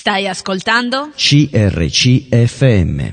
Stai ascoltando? CRC-FM.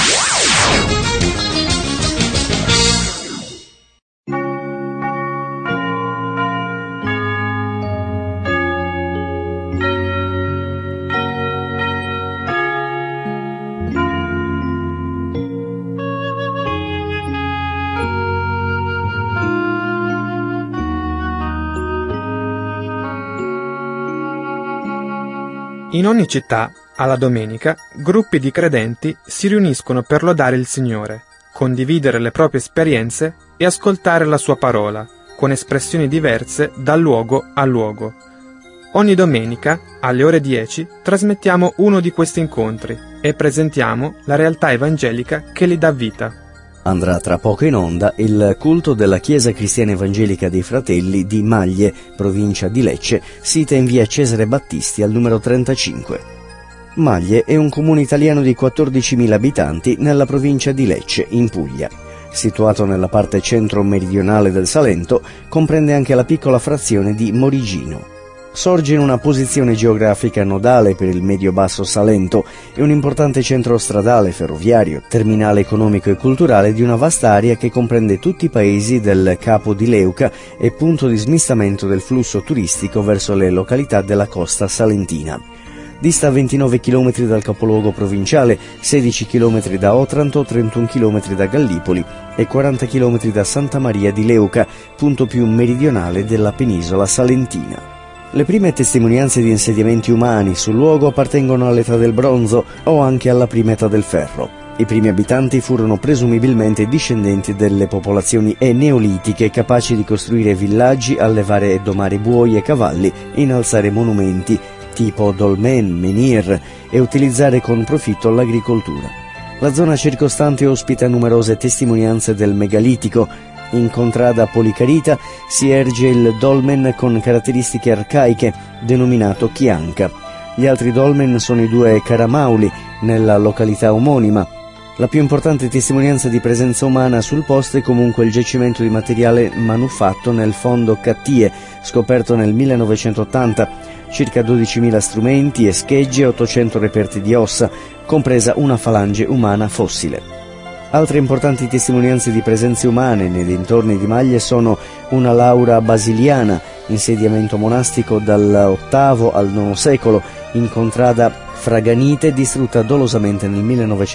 In ogni città, alla domenica, gruppi di credenti si riuniscono per lodare il Signore, condividere le proprie esperienze e ascoltare la sua parola, con espressioni diverse da luogo a luogo. Ogni domenica, alle ore 10, trasmettiamo uno di questi incontri e presentiamo la realtà evangelica che li dà vita. Andrà tra poco in onda il culto della Chiesa Cristiana Evangelica dei Fratelli di Maglie, provincia di Lecce, sita in via Cesare Battisti al numero 35. Maglie è un comune italiano di 14.000 abitanti nella provincia di Lecce, in Puglia. Situato nella parte centro-meridionale del Salento, comprende anche la piccola frazione di Morigino. Sorge in una posizione geografica nodale per il medio-basso Salento e un importante centro stradale, ferroviario, terminale economico e culturale di una vasta area che comprende tutti i paesi del Capo di Leuca e punto di smistamento del flusso turistico verso le località della costa salentina. Dista 29 km dal capoluogo provinciale, 16 km da Otranto, 31 km da Gallipoli e 40 km da Santa Maria di Leuca, punto più meridionale della penisola salentina. Le prime testimonianze di insediamenti umani sul luogo appartengono all'età del bronzo o anche alla prima età del ferro. I primi abitanti furono presumibilmente discendenti delle popolazioni neolitiche capaci di costruire villaggi, allevare e domare buoi e cavalli, innalzare monumenti tipo dolmen, menhir e utilizzare con profitto l'agricoltura. La zona circostante ospita numerose testimonianze del megalitico. In contrada Policarita si erge il dolmen con caratteristiche arcaiche, denominato Chianca. Gli altri dolmen sono i due Caramauli, nella località omonima. La più importante testimonianza di presenza umana sul posto è comunque il giacimento di materiale manufatto nel fondo Cattie, scoperto nel 1980, circa 12.000 strumenti e schegge e 800 reperti di ossa, compresa una falange umana fossile. Altre importanti testimonianze di presenze umane nei dintorni di Maglie sono una laura basiliana, insediamento monastico dal VIII al IX secolo, in contrada Fraganite, distrutta dolosamente nel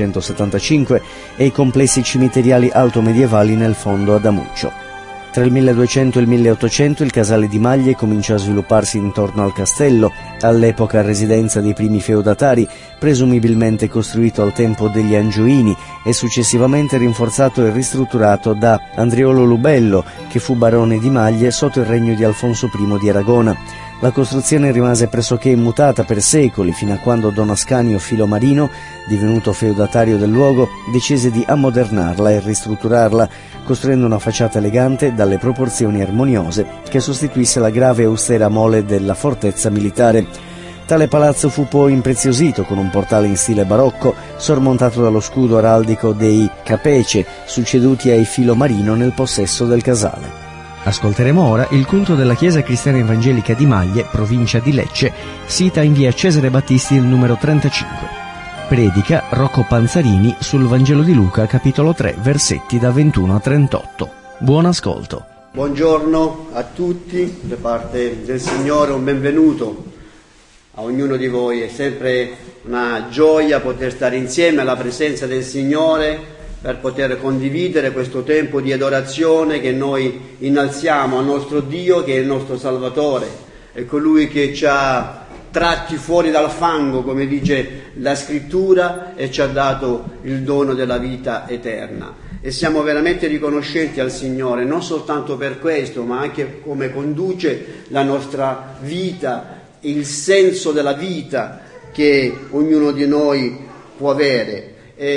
1975, e i complessi cimiteriali altomedievali nel fondo ad Amuccio. Tra il 1200 e il 1800 il casale di Maglie cominciò a svilupparsi intorno al castello, all'epoca residenza dei primi feudatari, presumibilmente costruito al tempo degli Angioini e successivamente rinforzato e ristrutturato da Andriolo Lubello, che fu barone di Maglie sotto il regno di Alfonso I di Aragona. La costruzione rimase pressoché immutata per secoli, fino a quando Don Ascanio Filomarino, divenuto feudatario del luogo, decise di ammodernarla e ristrutturarla, costruendo una facciata elegante dalle proporzioni armoniose che sostituisse la grave e austera mole della fortezza militare. Tale palazzo fu poi impreziosito con un portale in stile barocco, sormontato dallo scudo araldico dei Capece, succeduti ai Filomarino nel possesso del casale. Ascolteremo ora il culto della Chiesa Cristiana Evangelica di Maglie, provincia di Lecce, sita in via Cesare Battisti il numero 35. Predica Rocco Panzarini sul Vangelo di Luca, capitolo 3, versetti da 21 a 38. Buon ascolto. Buongiorno a tutti, da parte del Signore un benvenuto a ognuno di voi. È sempre una gioia poter stare insieme alla presenza del Signore, per poter condividere questo tempo di adorazione che noi innalziamo al nostro Dio, che è il nostro Salvatore, è colui che ci ha tratti fuori dal fango, come dice la Scrittura, e ci ha dato il dono della vita eterna. E siamo veramente riconoscenti al Signore, non soltanto per questo, ma anche come conduce la nostra vita, il senso della vita che ognuno di noi può avere.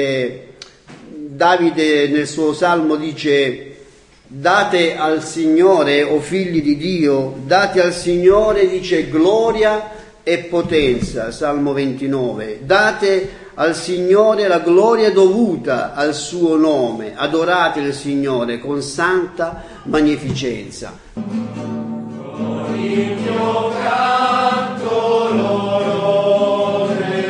Davide nel suo salmo dice: date al Signore, o figli di Dio, date al Signore, dice, gloria e potenza, Salmo 29. Date al Signore la gloria dovuta al suo nome, adorate il Signore con santa magnificenza. Con il mio canto l'onore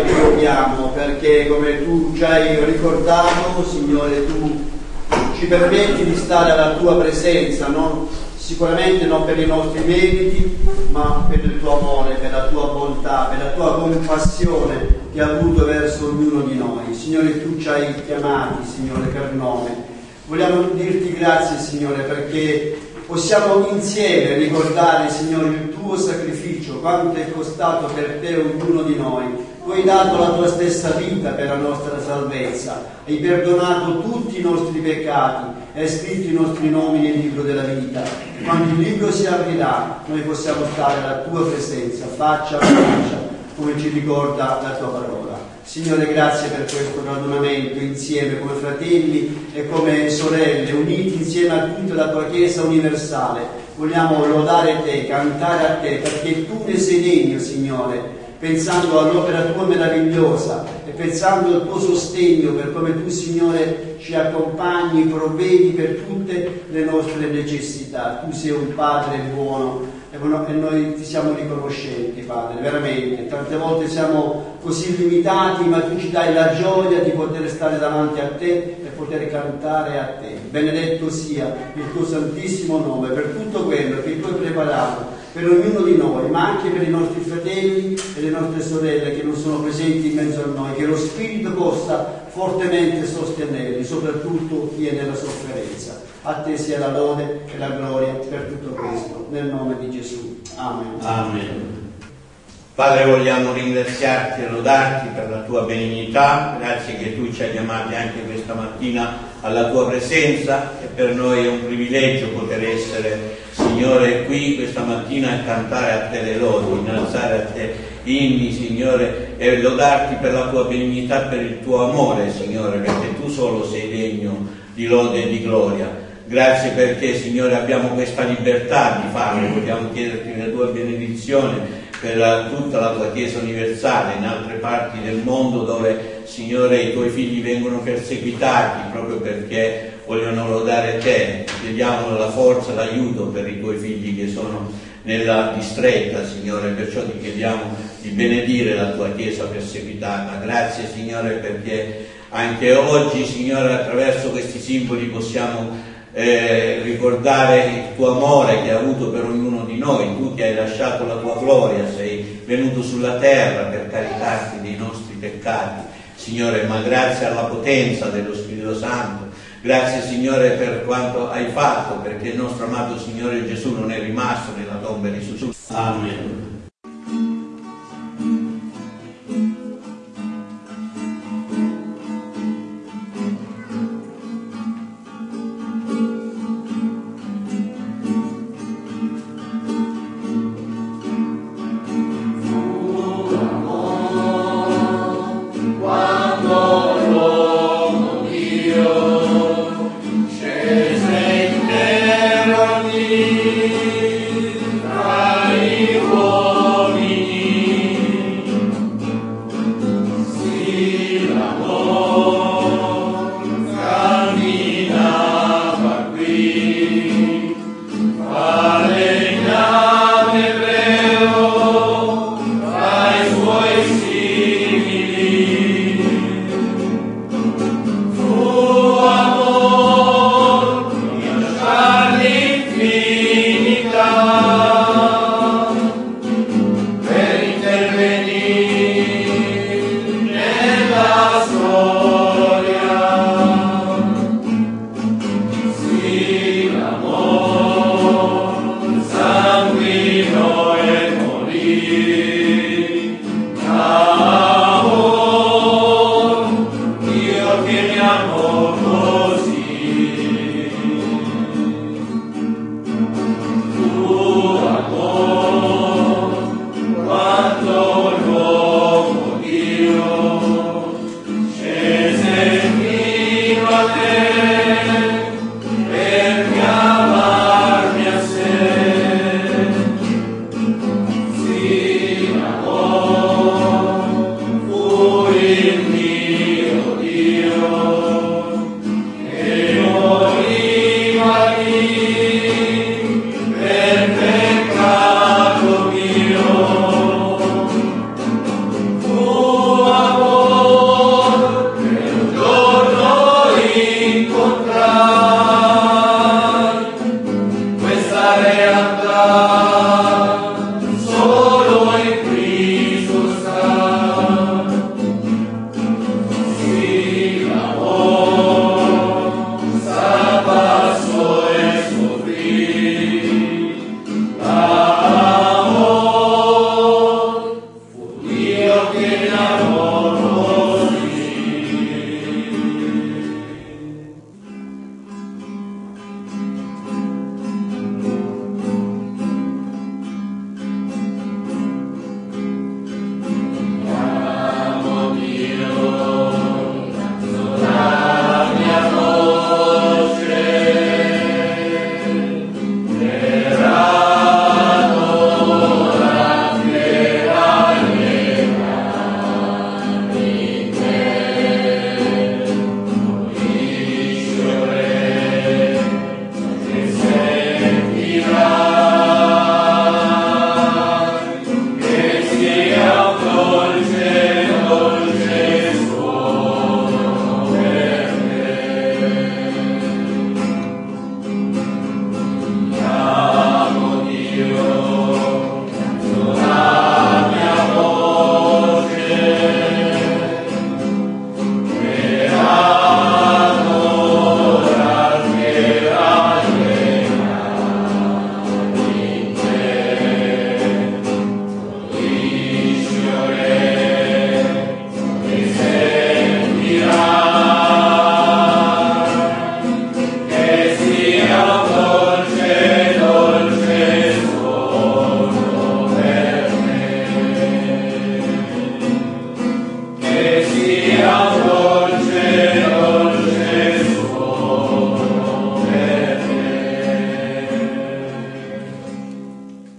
ti godiamo, perché come tu ci hai ricordato, Signore, tu ci permetti di stare alla tua presenza, sicuramente non per i nostri meriti, ma per il tuo amore, per la tua bontà, per la tua compassione che hai avuto verso ognuno di noi. Signore, tu ci hai chiamati, Signore, per nome. Vogliamo dirti grazie, Signore, perché possiamo insieme ricordare, Signore, il tuo sacrificio, quanto è costato per te ognuno di noi. Tu hai dato la tua stessa vita per la nostra salvezza, hai perdonato tutti i nostri peccati, hai scritto i nostri nomi nel libro della vita. Quando il libro si aprirà, noi possiamo stare alla tua presenza, faccia a faccia, come ci ricorda la tua parola. Signore, grazie per questo radunamento insieme come fratelli e come sorelle, uniti insieme a tutta la tua Chiesa universale. Vogliamo lodare te, cantare a te, perché tu ne sei degno, Signore, pensando all'opera tua meravigliosa e pensando al tuo sostegno, per come tu, Signore, ci accompagni, provvedi per tutte le nostre necessità. Tu sei un Padre buono e noi ti siamo riconoscenti, Padre, veramente. Tante volte siamo così limitati, ma tu ci dai la gioia di poter stare davanti a te e poter cantare a te. Benedetto sia il tuo santissimo nome per tutto quello che tu hai preparato per ognuno di noi, ma anche per i nostri fratelli e le nostre sorelle che non sono presenti in mezzo a noi, che lo Spirito possa fortemente sostenerli, soprattutto chi è nella sofferenza. A te sia la lode e la gloria per tutto questo, nel nome di Gesù. Amen. Amen. Padre, vogliamo ringraziarti e lodarti per la tua benignità, grazie che tu ci hai chiamati anche questa mattina alla tua presenza, e per noi è un privilegio poter essere, Signore, qui questa mattina a cantare a te le lodi, innalzare a te inni, Signore, e lodarti per la tua benignità, per il tuo amore, Signore, perché tu solo sei degno di lode e di gloria. Grazie perché, Signore, abbiamo questa libertà di farlo. Vogliamo chiederti la tua benedizione per tutta la tua Chiesa universale in altre parti del mondo dove, Signore, i tuoi figli vengono perseguitati proprio perché vogliono lodare te. Chiediamo la forza, l'aiuto per i tuoi figli che sono nella distretta, Signore, perciò ti chiediamo di benedire la tua Chiesa perseguitata. Grazie, Signore, perché anche oggi, Signore, attraverso questi simboli possiamo ricordare il tuo amore che hai avuto per ognuno di noi. Tu ti hai lasciato la tua gloria, sei venuto sulla terra per caricarti dei nostri peccati, Signore, ma grazie alla potenza dello Spirito Santo, grazie, Signore, per quanto hai fatto, perché il nostro amato Signore Gesù non è rimasto nella tomba di Gesù. Amen. Scese in terra, tra i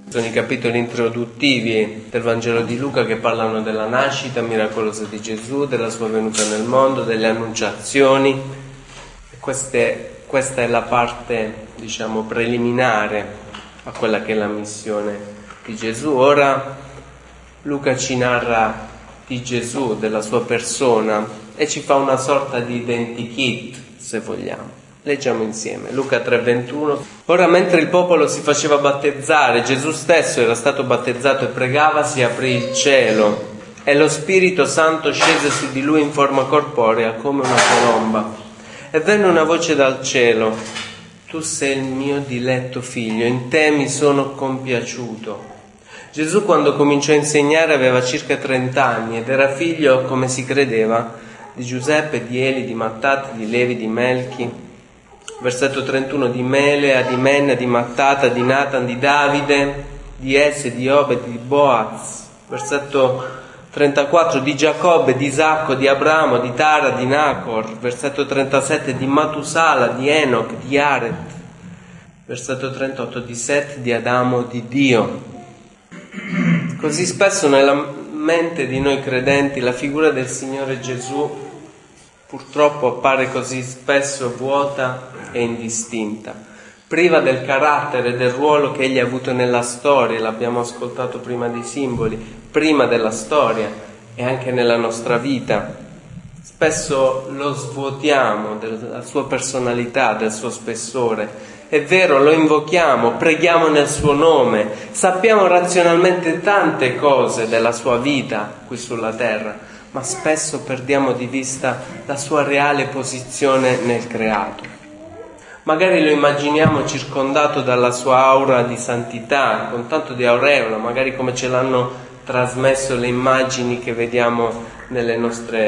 Sono i capitoli introduttivi del Vangelo di Luca che parlano della nascita miracolosa di Gesù, della sua venuta nel mondo, delle annunciazioni. Questa è la parte, preliminare a quella che è la missione di Gesù. Ora Luca ci narra di Gesù, della sua persona, e ci fa una sorta di identikit, se vogliamo. Leggiamo insieme, Luca 3,21. Ora, mentre il popolo si faceva battezzare, Gesù stesso era stato battezzato e pregava, si aprì il cielo e lo Spirito Santo scese su di lui in forma corporea come una colomba. E venne una voce dal cielo: tu sei il mio diletto figlio, in te mi sono compiaciuto. Gesù, quando cominciò a insegnare, aveva circa 30 anni ed era figlio, come si credeva, di Giuseppe, di Eli, di Mattata, di Levi, di Melchi. Versetto 31, di Melea, di Menna, di Mattata, di Natan, di Davide, di Esse, di Obed, di Boaz. Versetto 34, di Giacobbe, di Isacco, di Abramo, di Tara, di Nacor. Versetto 37, di Matusala, di Enoch, di Aret. Versetto 38, di Set, di Adamo, di Dio. Così spesso nella mente di noi credenti la figura del Signore Gesù purtroppo appare così spesso vuota e indistinta, priva del carattere e del ruolo che egli ha avuto nella storia. L'abbiamo ascoltato prima dei simboli, prima della storia e anche nella nostra vita. Spesso lo svuotiamo della sua personalità, del suo spessore. È vero, lo invochiamo, preghiamo nel suo nome, sappiamo razionalmente tante cose della sua vita qui sulla terra, ma spesso perdiamo di vista la sua reale posizione nel creato. Magari lo immaginiamo circondato dalla sua aura di santità, con tanto di aureola, magari come ce l'hanno trasmesso le immagini che vediamo nella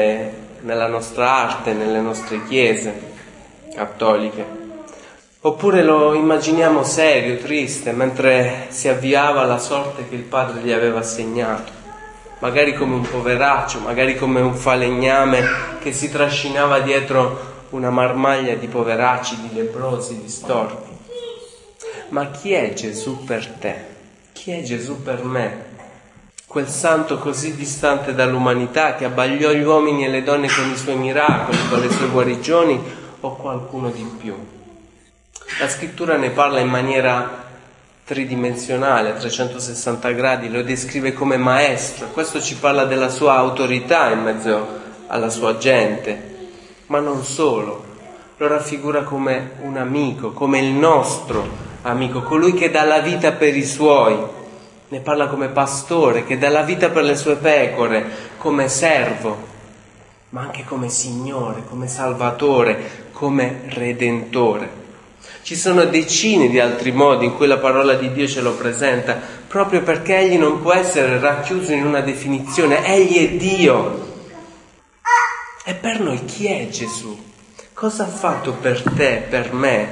nostra arte, nelle nostre chiese cattoliche. Oppure lo immaginiamo serio, triste, mentre si avviava alla sorte che il Padre gli aveva assegnato. Magari come un poveraccio, magari come un falegname che si trascinava dietro una marmaglia di poveracci, di lebbrosi, di storpi. Ma chi è Gesù per te? Chi è Gesù per me? Quel santo così distante dall'umanità che abbagliò gli uomini e le donne con i suoi miracoli, con le sue guarigioni, o qualcuno di più? La scrittura ne parla in maniera tridimensionale, a 360 gradi, lo descrive come maestro. Questo ci parla della sua autorità in mezzo alla sua gente, ma non solo, lo raffigura come un amico, come il nostro amico, colui che dà la vita per i suoi. Ne parla come pastore, che dà la vita per le sue pecore, come servo, ma anche come Signore, come Salvatore, come Redentore. Ci sono decine di altri modi in cui la parola di Dio ce lo presenta, proprio perché Egli non può essere racchiuso in una definizione. Egli è Dio. E per noi chi è Gesù? Cosa ha fatto per te, per me?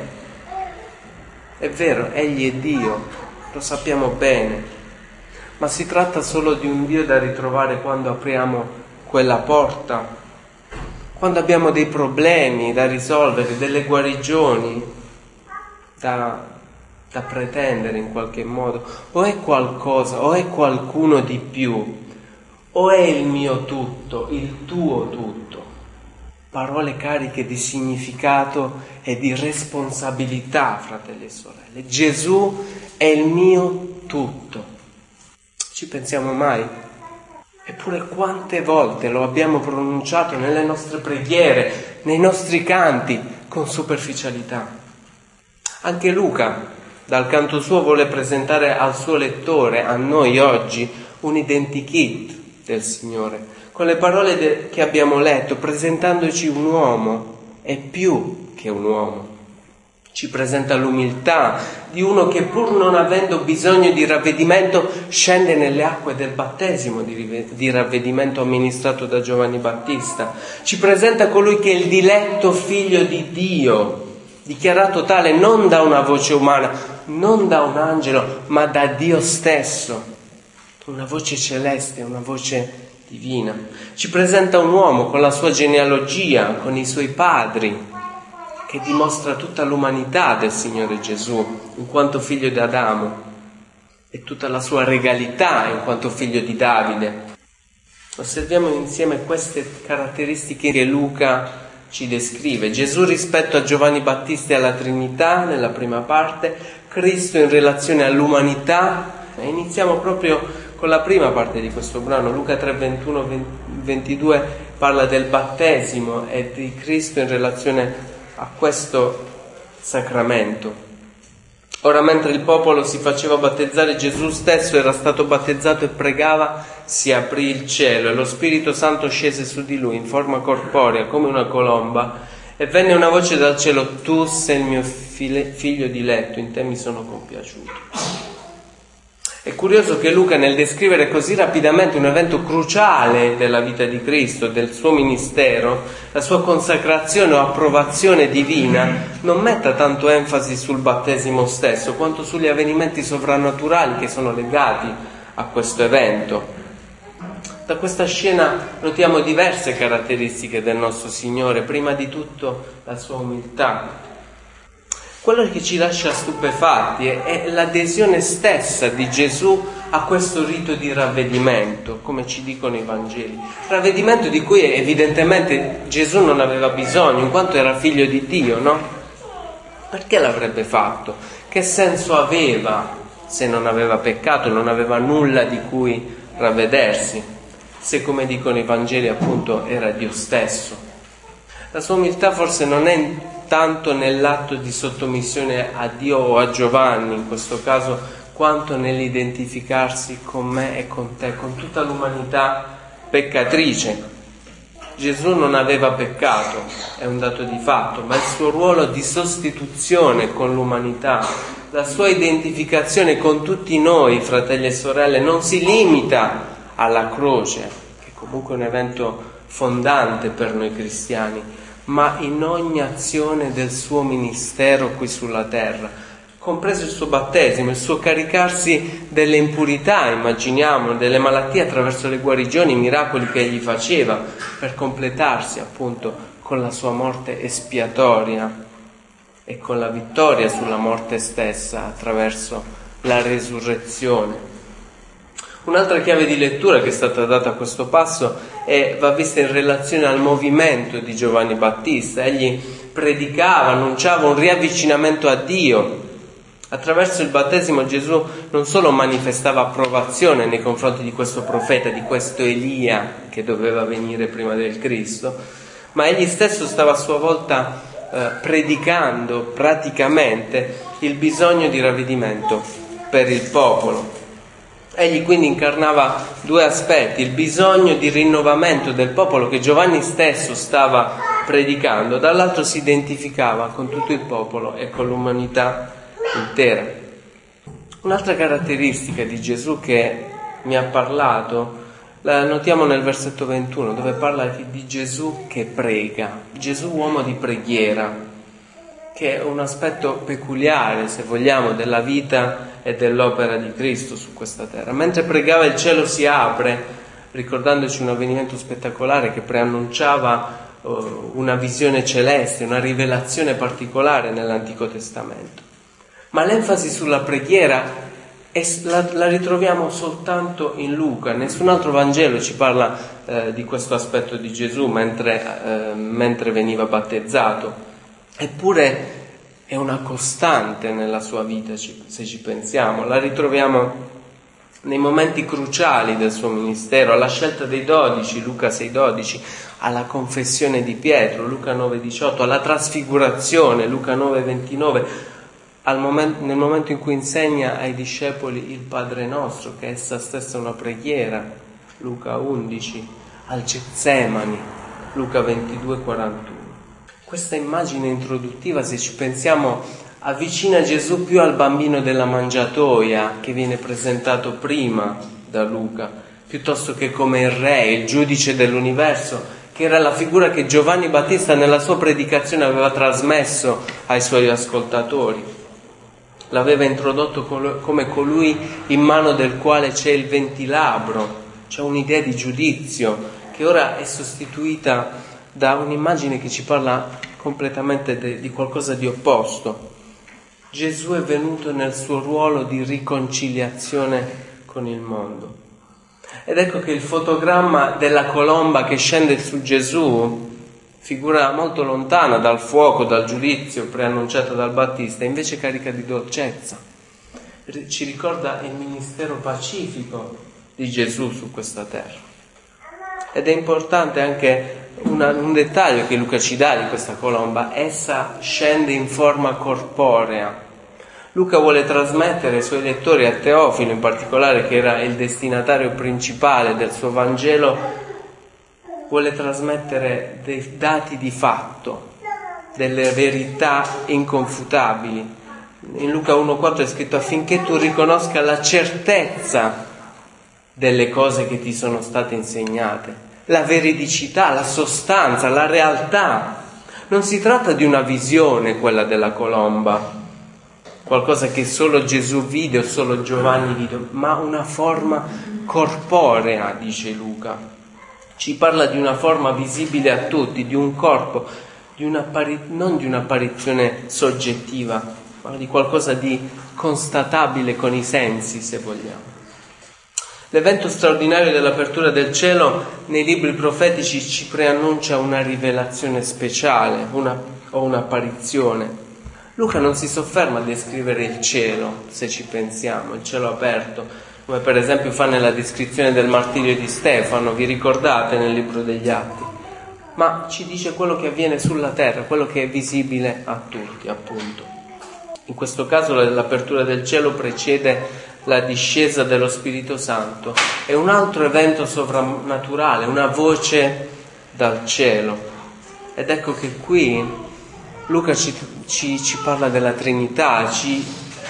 È vero, Egli è Dio, lo sappiamo bene, ma si tratta solo di un Dio da ritrovare quando apriamo quella porta, quando abbiamo dei problemi da risolvere, delle guarigioni da pretendere in qualche modo, o è qualcosa, o è qualcuno di più, o è il mio tutto, il tuo tutto. Parole cariche di significato e di responsabilità, fratelli e sorelle. Gesù è il mio tutto. Ci pensiamo mai? Eppure quante volte lo abbiamo pronunciato nelle nostre preghiere, nei nostri canti, con superficialità. Anche Luca, dal canto suo, vuole presentare al suo lettore, a noi oggi, un identikit del Signore, con le parole che abbiamo letto, presentandoci un uomo, e più che un uomo. Ci presenta l'umiltà di uno che, pur non avendo bisogno di ravvedimento, scende nelle acque del battesimo di ravvedimento amministrato da Giovanni Battista. Ci presenta colui che è il diletto figlio di Dio, dichiarato tale non da una voce umana, non da un angelo, ma da Dio stesso, una voce celeste, una voce divina. Ci presenta un uomo con la sua genealogia, con i suoi padri, che dimostra tutta l'umanità del Signore Gesù, in quanto figlio di Adamo. e tutta la sua regalità in quanto figlio di Davide. Osserviamo insieme queste caratteristiche che Luca ci descrive. Gesù rispetto a Giovanni Battista e alla Trinità nella prima parte, Cristo in relazione all'umanità. E iniziamo proprio con la prima parte di questo brano. Luca 3, 21-22 parla del battesimo e di Cristo in relazione a questo sacramento. Ora, mentre il popolo si faceva battezzare, Gesù stesso era stato battezzato e pregava, si aprì il cielo e lo Spirito Santo scese su di lui in forma corporea come una colomba e venne una voce dal cielo: tu sei il mio figlio diletto, in te mi sono compiaciuto. È curioso che Luca, nel descrivere così rapidamente un evento cruciale della vita di Cristo, del suo ministero, la sua consacrazione o approvazione divina, non metta tanto enfasi sul battesimo stesso quanto sugli avvenimenti sovrannaturali che sono legati a questo evento. Da questa scena notiamo diverse caratteristiche del nostro Signore, prima di tutto la sua umiltà. Quello che ci lascia stupefatti è l'adesione stessa di Gesù a questo rito di ravvedimento, come ci dicono i Vangeli. Ravvedimento di cui evidentemente Gesù non aveva bisogno, in quanto era figlio di Dio, no? Perché l'avrebbe fatto? Che senso aveva se non aveva peccato, non aveva nulla di cui ravvedersi, se, come dicono i Vangeli, appunto era Dio stesso? La sua umiltà forse non è tanto nell'atto di sottomissione a Dio o a Giovanni in questo caso, quanto nell'identificarsi con me e con te, con tutta l'umanità peccatrice. Gesù non aveva peccato, è un dato di fatto, ma il suo ruolo di sostituzione con l'umanità, la sua identificazione con tutti noi, fratelli e sorelle, non si limita alla croce, che comunque è un evento fondante per noi cristiani, ma in ogni azione del suo ministero qui sulla terra, compreso il suo battesimo, il suo caricarsi delle impurità, immaginiamo, delle malattie attraverso le guarigioni, i miracoli che egli faceva, per completarsi appunto con la sua morte espiatoria e con la vittoria sulla morte stessa attraverso la resurrezione. Un'altra chiave di lettura che è stata data a questo passo va vista in relazione al movimento di Giovanni Battista. Egli predicava, annunciava un riavvicinamento a Dio. Attraverso il battesimo Gesù non solo manifestava approvazione nei confronti di questo profeta, di questo Elia che doveva venire prima del Cristo, ma egli stesso stava a sua volta predicando praticamente il bisogno di ravvedimento per il popolo. Egli quindi incarnava due aspetti: il bisogno di rinnovamento del popolo che Giovanni stesso stava predicando, dall'altro si identificava con tutto il popolo e con l'umanità intera. Un'altra caratteristica di Gesù che mi ha parlato la notiamo nel versetto 21, dove parla di Gesù che prega, Gesù uomo di preghiera, che è un aspetto peculiare, se vogliamo, della vita e dell'opera di Cristo su questa terra. Mentre pregava il cielo si apre, ricordandoci un avvenimento spettacolare che preannunciava una visione celeste, una rivelazione particolare nell'Antico Testamento. Ma l'enfasi sulla preghiera la ritroviamo soltanto in Luca. Nessun altro Vangelo ci parla di questo aspetto di Gesù mentre veniva battezzato. Eppure è una costante nella sua vita, se ci pensiamo. La ritroviamo nei momenti cruciali del suo ministero, alla scelta dei 12, Luca 6,12, alla confessione di Pietro, Luca 9,18, alla trasfigurazione, Luca 9,29, nel momento in cui insegna ai discepoli il Padre Nostro, che è essa stessa una preghiera, Luca 11, al Getsemani, Luca 22,41. Questa immagine introduttiva, se ci pensiamo, avvicina Gesù più al bambino della mangiatoia che viene presentato prima da Luca, piuttosto che come il re, il giudice dell'universo, che era la figura che Giovanni Battista nella sua predicazione aveva trasmesso ai suoi ascoltatori. L'aveva introdotto come colui in mano del quale c'è il ventilabro, c'è un'idea di giudizio che ora è sostituita da un'immagine che ci parla completamente di qualcosa di opposto. Gesù è venuto nel suo ruolo di riconciliazione con il mondo. Ed ecco che il fotogramma della colomba che scende su Gesù, figura molto lontana dal fuoco, dal giudizio preannunciato dal Battista, invece carica di dolcezza. Ci ricorda il ministero pacifico di Gesù su questa terra. Ed è importante anche un dettaglio che Luca ci dà di questa colomba: essa scende in forma corporea. Luca vuole trasmettere ai suoi lettori, a Teofilo in particolare, che era il destinatario principale del suo Vangelo, vuole trasmettere dei dati di fatto, delle verità inconfutabili. In Luca 1,4 è scritto: affinché tu riconosca la certezza delle cose che ti sono state insegnate, la veridicità, la sostanza, la realtà. Non si tratta di una visione, quella della colomba, qualcosa che solo Gesù vide o solo Giovanni vide, ma una forma corporea, dice Luca. Ci parla di una forma visibile a tutti, di un corpo, non di un'apparizione soggettiva, ma di qualcosa di constatabile con i sensi, se vogliamo. L'evento straordinario dell'apertura del cielo nei libri profetici ci preannuncia una rivelazione speciale, o un'apparizione. Luca non si sofferma a descrivere il cielo, se ci pensiamo, il cielo aperto, come per esempio fa nella descrizione del martirio di Stefano, vi ricordate, nel libro degli Atti, ma ci dice quello che avviene sulla terra, quello che è visibile a tutti, appunto. In questo caso l'apertura del cielo precede la discesa dello Spirito Santo. È un altro evento sovrannaturale, una voce dal cielo. Ed ecco che qui Luca ci parla della Trinità, ci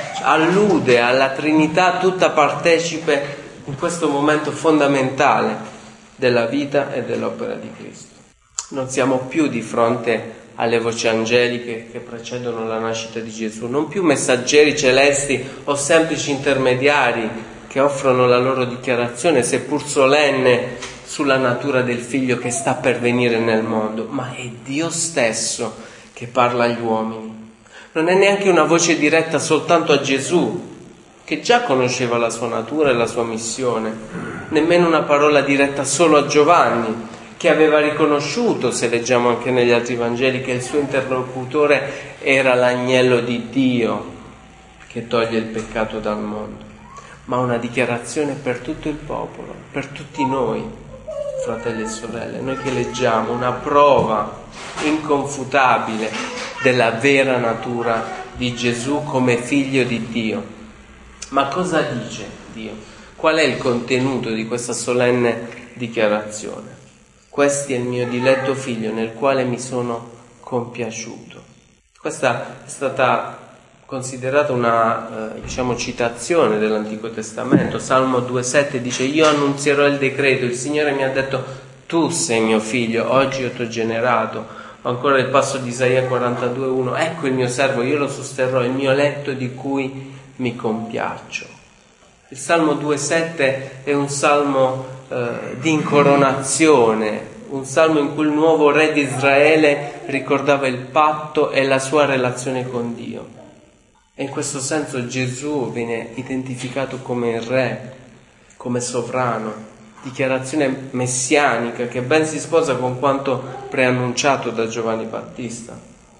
allude alla Trinità tutta partecipe in questo momento fondamentale della vita e dell'opera di Cristo. Non siamo più di fronte alle voci angeliche che precedono la nascita di Gesù, non più messaggeri celesti o semplici intermediari che offrono la loro dichiarazione, seppur solenne, sulla natura del Figlio che sta per venire nel mondo, ma è Dio stesso che parla agli uomini. Non è neanche una voce diretta soltanto a Gesù, che già conosceva la sua natura e la sua missione, nemmeno una parola diretta solo a Giovanni, che aveva riconosciuto, se leggiamo anche negli altri Vangeli, che il suo interlocutore era l'agnello di Dio che toglie il peccato dal mondo, ma una dichiarazione per tutto il popolo, per tutti noi, fratelli e sorelle, noi che leggiamo, una prova inconfutabile della vera natura di Gesù come figlio di Dio. Ma cosa dice Dio? Qual è il contenuto di questa solenne dichiarazione? Questo è il mio diletto figlio nel quale mi sono compiaciuto. Questa è stata considerata una citazione dell'Antico Testamento. Salmo 2,7 dice: io annunzierò il decreto, il Signore mi ha detto tu sei mio figlio, oggi io ti ho generato. O ancora il passo di Isaia 42,1: ecco il mio servo, io lo sosterrò, il mio eletto di cui mi compiaccio. Il Salmo 2,7 è un salmo di incoronazione, un salmo in cui il nuovo re di Israele ricordava il patto e la sua relazione con Dio. E in questo senso Gesù viene identificato come il re, come sovrano, dichiarazione messianica che ben si sposa con quanto preannunciato da Giovanni Battista.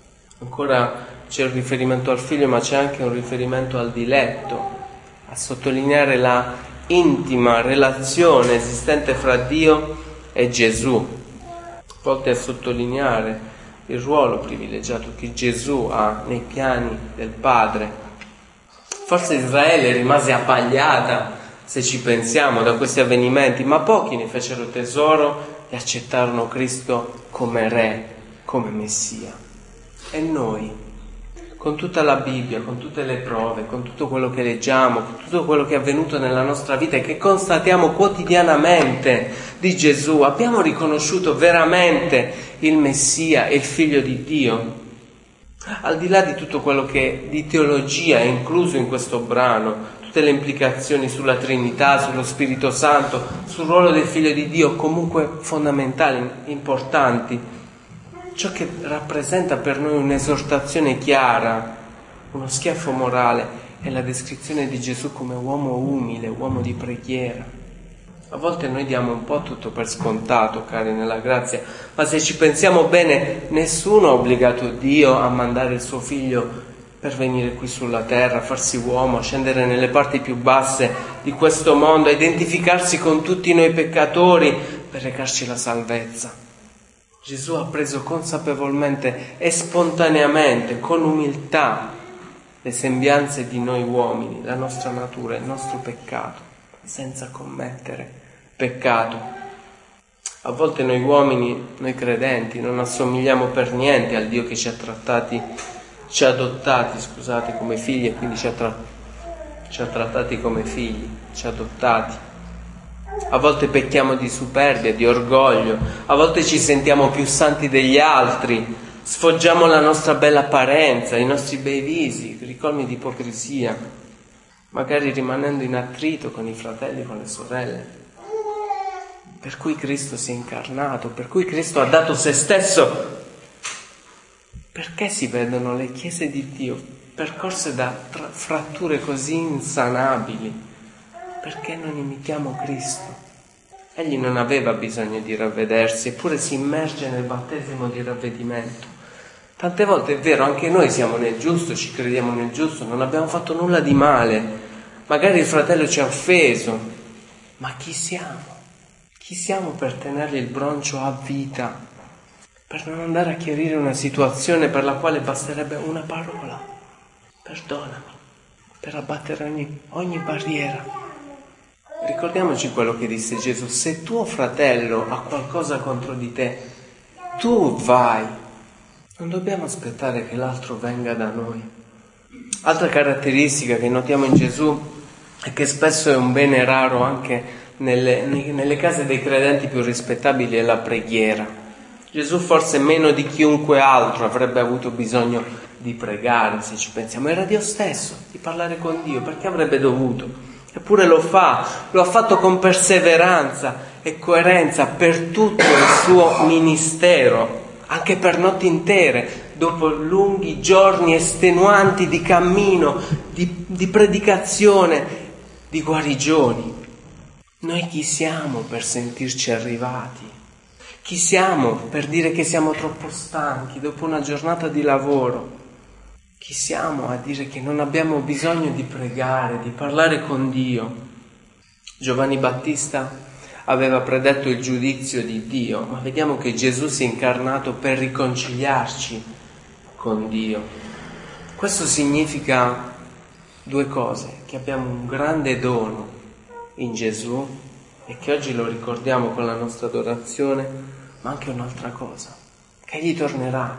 Ancora c'è un riferimento al figlio, ma c'è anche un riferimento al diletto, a sottolineare la intima relazione esistente fra Dio e Gesù, volte a sottolineare il ruolo privilegiato che Gesù ha nei piani del Padre. Forse Israele rimase appagliata, se ci pensiamo, da questi avvenimenti, ma pochi ne fecero tesoro e accettarono Cristo come Re, come Messia. E noi, con tutta la Bibbia, con tutte le prove, con tutto quello che leggiamo, con tutto quello che è avvenuto nella nostra vita e che constatiamo quotidianamente di Gesù, abbiamo riconosciuto veramente il Messia e il Figlio di Dio? Al di là di tutto quello che di teologia è incluso in questo brano, tutte le implicazioni sulla Trinità, sullo Spirito Santo, sul ruolo del Figlio di Dio, comunque fondamentali, importanti, ciò che rappresenta per noi un'esortazione chiara, uno schiaffo morale, è la descrizione di Gesù come uomo umile, uomo di preghiera. A volte noi diamo un po' tutto per scontato, cari nella grazia, ma se ci pensiamo bene, nessuno ha obbligato Dio a mandare il suo figlio per venire qui sulla terra, farsi uomo, scendere nelle parti più basse di questo mondo, a identificarsi con tutti noi peccatori per recarci la salvezza. Gesù ha preso consapevolmente e spontaneamente, con umiltà, le sembianze di noi uomini, la nostra natura, il nostro peccato, senza commettere peccato. A volte noi uomini, noi credenti, non assomigliamo per niente al Dio che ci ha adottati come figli, e quindi ci ha trattati come figli, ci ha adottati. A volte pecchiamo di superbia, di orgoglio, a volte ci sentiamo più santi degli altri, sfoggiamo la nostra bella apparenza, i nostri bei visi, ricolmi di ipocrisia, magari rimanendo in attrito con i fratelli, con le sorelle. Per cui Cristo si è incarnato, per cui Cristo ha dato se stesso. Perché si vedono le chiese di Dio percorse da fratture così insanabili? Perché non imitiamo Cristo? Egli non aveva bisogno di ravvedersi, eppure si immerge nel battesimo di ravvedimento. Tante volte è vero, anche noi siamo nel giusto, ci crediamo nel giusto, non abbiamo fatto nulla di male. Magari il fratello ci ha offeso, ma chi siamo? Chi siamo per tenergli il broncio a vita? Per non andare a chiarire una situazione per la quale basterebbe una parola. Perdonami, per abbattere ogni barriera. Ricordiamoci quello che disse Gesù: se tuo fratello ha qualcosa contro di te, tu vai. Non dobbiamo aspettare che l'altro venga da noi. Altra caratteristica che notiamo in Gesù è che spesso è un bene raro anche nelle case dei credenti più rispettabili è la preghiera. Gesù forse meno di chiunque altro avrebbe avuto bisogno di pregare, se ci pensiamo. Era Dio stesso, di parlare con Dio, perché avrebbe dovuto? Eppure lo ha fatto con perseveranza e coerenza per tutto il suo ministero, anche per notti intere, dopo lunghi giorni estenuanti di cammino, di predicazione, di guarigioni. Noi chi siamo per sentirci arrivati? Chi siamo per dire che siamo troppo stanchi dopo una giornata di lavoro? Chi siamo a dire che non abbiamo bisogno di pregare, di parlare con Dio? Giovanni Battista aveva predetto il giudizio di Dio, ma vediamo che Gesù si è incarnato per riconciliarci con Dio. Questo significa due cose: che abbiamo un grande dono in Gesù e che oggi lo ricordiamo con la nostra adorazione, ma anche un'altra cosa, che Egli tornerà,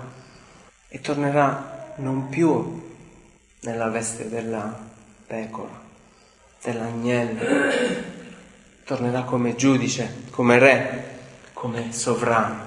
e tornerà non più nella veste della pecora, dell'agnello, tornerà come giudice, come re, come sovrano.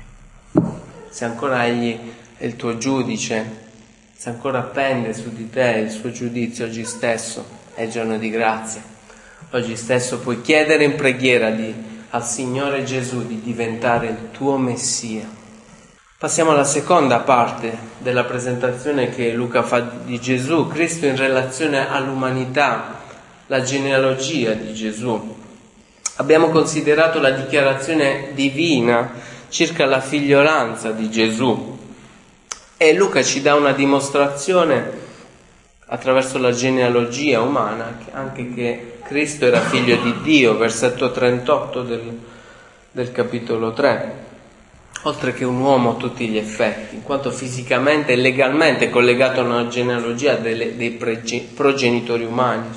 Se ancora Egli è il tuo giudice, se ancora pende su di te il suo giudizio, oggi stesso è il giorno di grazia. Oggi stesso puoi chiedere in preghiera al Signore Gesù di diventare il tuo Messia. Passiamo alla seconda parte della presentazione che Luca fa di Gesù, Cristo in relazione all'umanità, la genealogia di Gesù. Abbiamo considerato la dichiarazione divina circa la figliolanza di Gesù e Luca ci dà una dimostrazione attraverso la genealogia umana anche che Cristo era figlio di Dio, versetto 38 del capitolo 3. Oltre che un uomo a tutti gli effetti, in quanto fisicamente e legalmente collegato a una genealogia dei progenitori umani.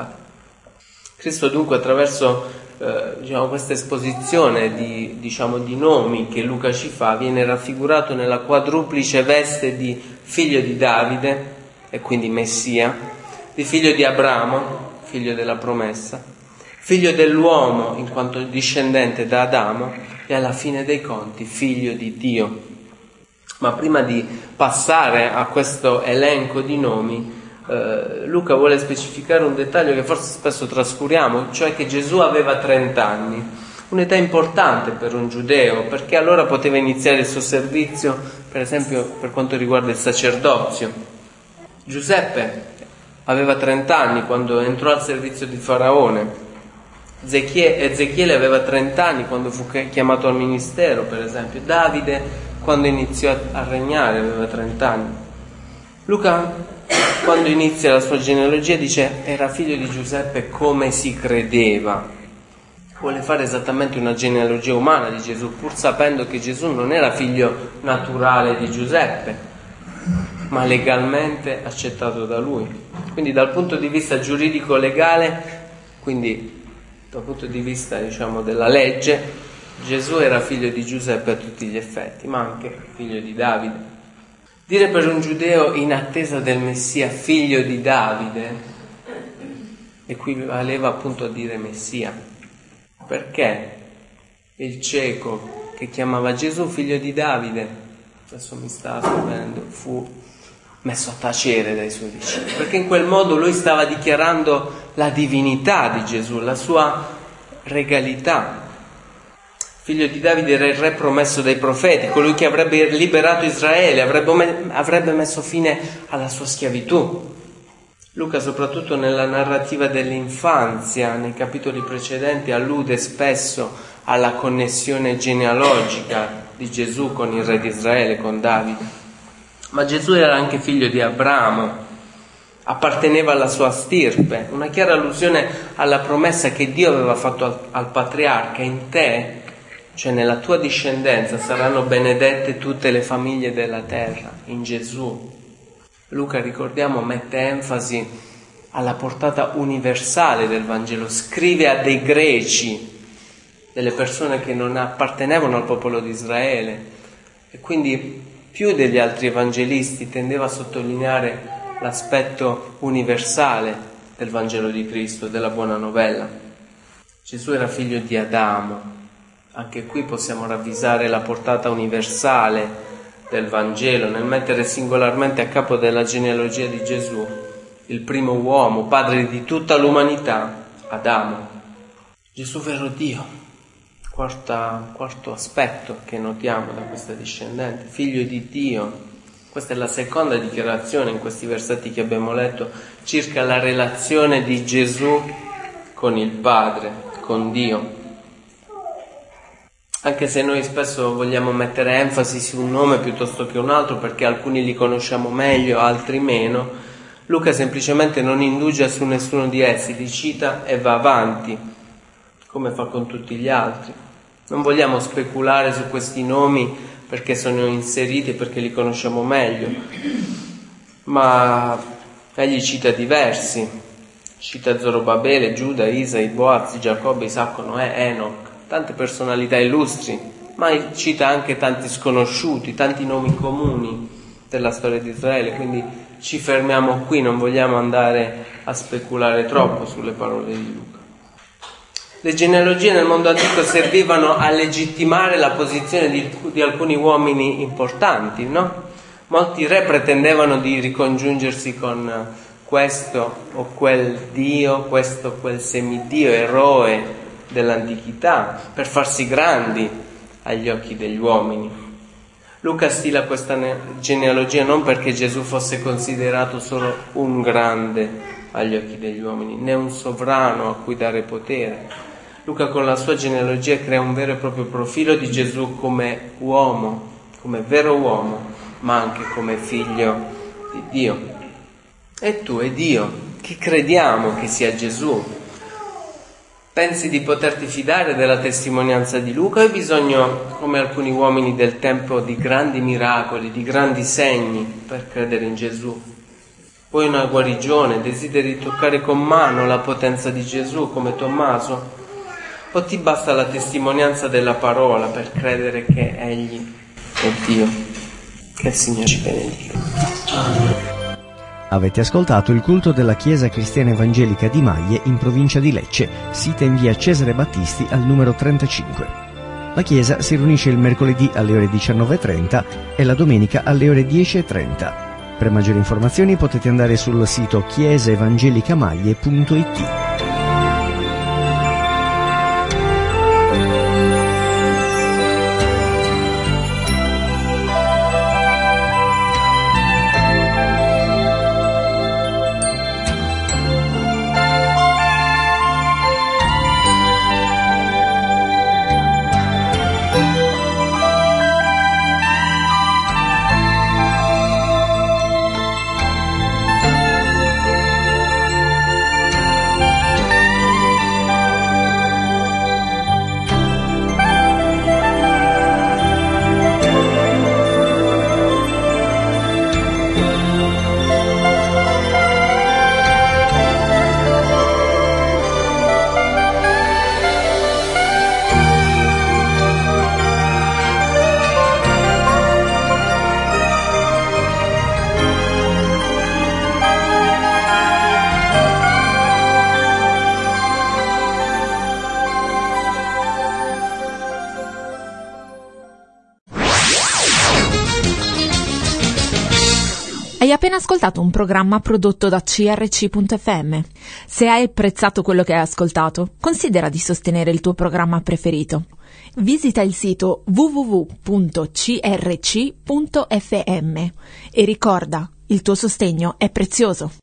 Cristo dunque attraverso questa esposizione di nomi che Luca ci fa viene raffigurato nella quadruplice veste di figlio di Davide e quindi Messia, di figlio di Abramo, figlio della promessa, figlio dell'uomo in quanto discendente da Adamo e alla fine dei conti figlio di Dio. Ma prima di passare a questo elenco di nomi, Luca vuole specificare un dettaglio che forse spesso trascuriamo, cioè che Gesù aveva 30 anni, un'età importante per un giudeo, perché allora poteva iniziare il suo servizio, per esempio per quanto riguarda il sacerdozio. Giuseppe aveva 30 anni quando entrò al servizio di Faraone. Ezechiele aveva 30 anni quando fu chiamato al ministero, per esempio. Davide, quando iniziò a regnare, aveva 30 anni. Luca, quando inizia la sua genealogia, dice era figlio di Giuseppe come si credeva. Vuole fare esattamente una genealogia umana di Gesù, pur sapendo che Gesù non era figlio naturale di Giuseppe, ma legalmente accettato da lui. Quindi dal punto di vista giuridico-legale, quindi dal punto di vista, diciamo, della legge, Gesù era figlio di Giuseppe a tutti gli effetti, ma anche figlio di Davide. Dire per un giudeo in attesa del Messia figlio di Davide equivaleva appunto a dire Messia, perché il cieco che chiamava Gesù figlio di Davide, adesso mi sta scrivendo, fu messo a tacere dai suoi vicini, perché in quel modo lui stava dichiarando la divinità di Gesù, la sua regalità. Figlio di Davide era il re promesso dai profeti, colui che avrebbe liberato Israele, avrebbe messo fine alla sua schiavitù. Luca, soprattutto nella narrativa dell'infanzia, nei capitoli precedenti, allude spesso alla connessione genealogica di Gesù con il re di Israele, con Davide. Ma Gesù era anche figlio di Abramo, apparteneva alla sua stirpe, una chiara allusione alla promessa che Dio aveva fatto al patriarca: in te, cioè nella tua discendenza, saranno benedette tutte le famiglie della terra, in Gesù. Luca, ricordiamo, mette enfasi alla portata universale del Vangelo, scrive a dei greci, delle persone che non appartenevano al popolo di Israele, e quindi più degli altri evangelisti tendeva a sottolineare l'aspetto universale del Vangelo di Cristo, della buona novella. Gesù era figlio di Adamo. Anche qui possiamo ravvisare la portata universale del Vangelo nel mettere singolarmente a capo della genealogia di Gesù il primo uomo, padre di tutta l'umanità, Adamo. Gesù vero Dio. Quarto aspetto che notiamo da questa discendente, figlio di Dio. Questa è la seconda dichiarazione in questi versetti che abbiamo letto circa la relazione di Gesù con il Padre, con Dio. Anche se noi spesso vogliamo mettere enfasi su un nome piuttosto che un altro, perché alcuni li conosciamo meglio, altri meno, Luca semplicemente non indugia su nessuno di essi, li cita e va avanti, come fa con tutti gli altri. Non vogliamo speculare su questi nomi perché sono inseriti e perché li conosciamo meglio, ma egli cita diversi, cita Zorobabele, Giuda, Isai, Boaz, Giacobbe, Isacco, Noè, Enoch, tante personalità illustri, ma cita anche tanti sconosciuti, tanti nomi comuni della storia di Israele, quindi ci fermiamo qui, non vogliamo andare a speculare troppo sulle parole di Luca. Le genealogie nel mondo antico servivano a legittimare la posizione di alcuni uomini importanti, no? Molti re pretendevano di ricongiungersi con questo o quel dio, questo o quel semidio, eroe dell'antichità, per farsi grandi agli occhi degli uomini. Luca stila questa genealogia non perché Gesù fosse considerato solo un grande agli occhi degli uomini, né un sovrano a cui dare potere. Luca con la sua genealogia crea un vero e proprio profilo di Gesù come uomo, come vero uomo, ma anche come figlio di Dio. E tu ed io, chi crediamo che sia Gesù? Pensi di poterti fidare della testimonianza di Luca o hai bisogno, come alcuni uomini del tempo, di grandi miracoli, di grandi segni per credere in Gesù? Vuoi una guarigione? Desideri toccare con mano la potenza di Gesù come Tommaso? O ti basta la testimonianza della parola per credere che Egli è Dio? Che il Signore ci benedica. Avete ascoltato il culto della Chiesa Cristiana Evangelica di Maglie in provincia di Lecce, sita in via Cesare Battisti al numero 35. La Chiesa si riunisce il mercoledì alle ore 19.30 e la domenica alle ore 10.30. Per maggiori informazioni potete andare sul sito chiesaevangelicamaglie.it. appena ascoltato un programma prodotto da CRC.fm. Se hai apprezzato quello che hai ascoltato, considera di sostenere il tuo programma preferito. Visita il sito www.crc.fm e ricorda, il tuo sostegno è prezioso.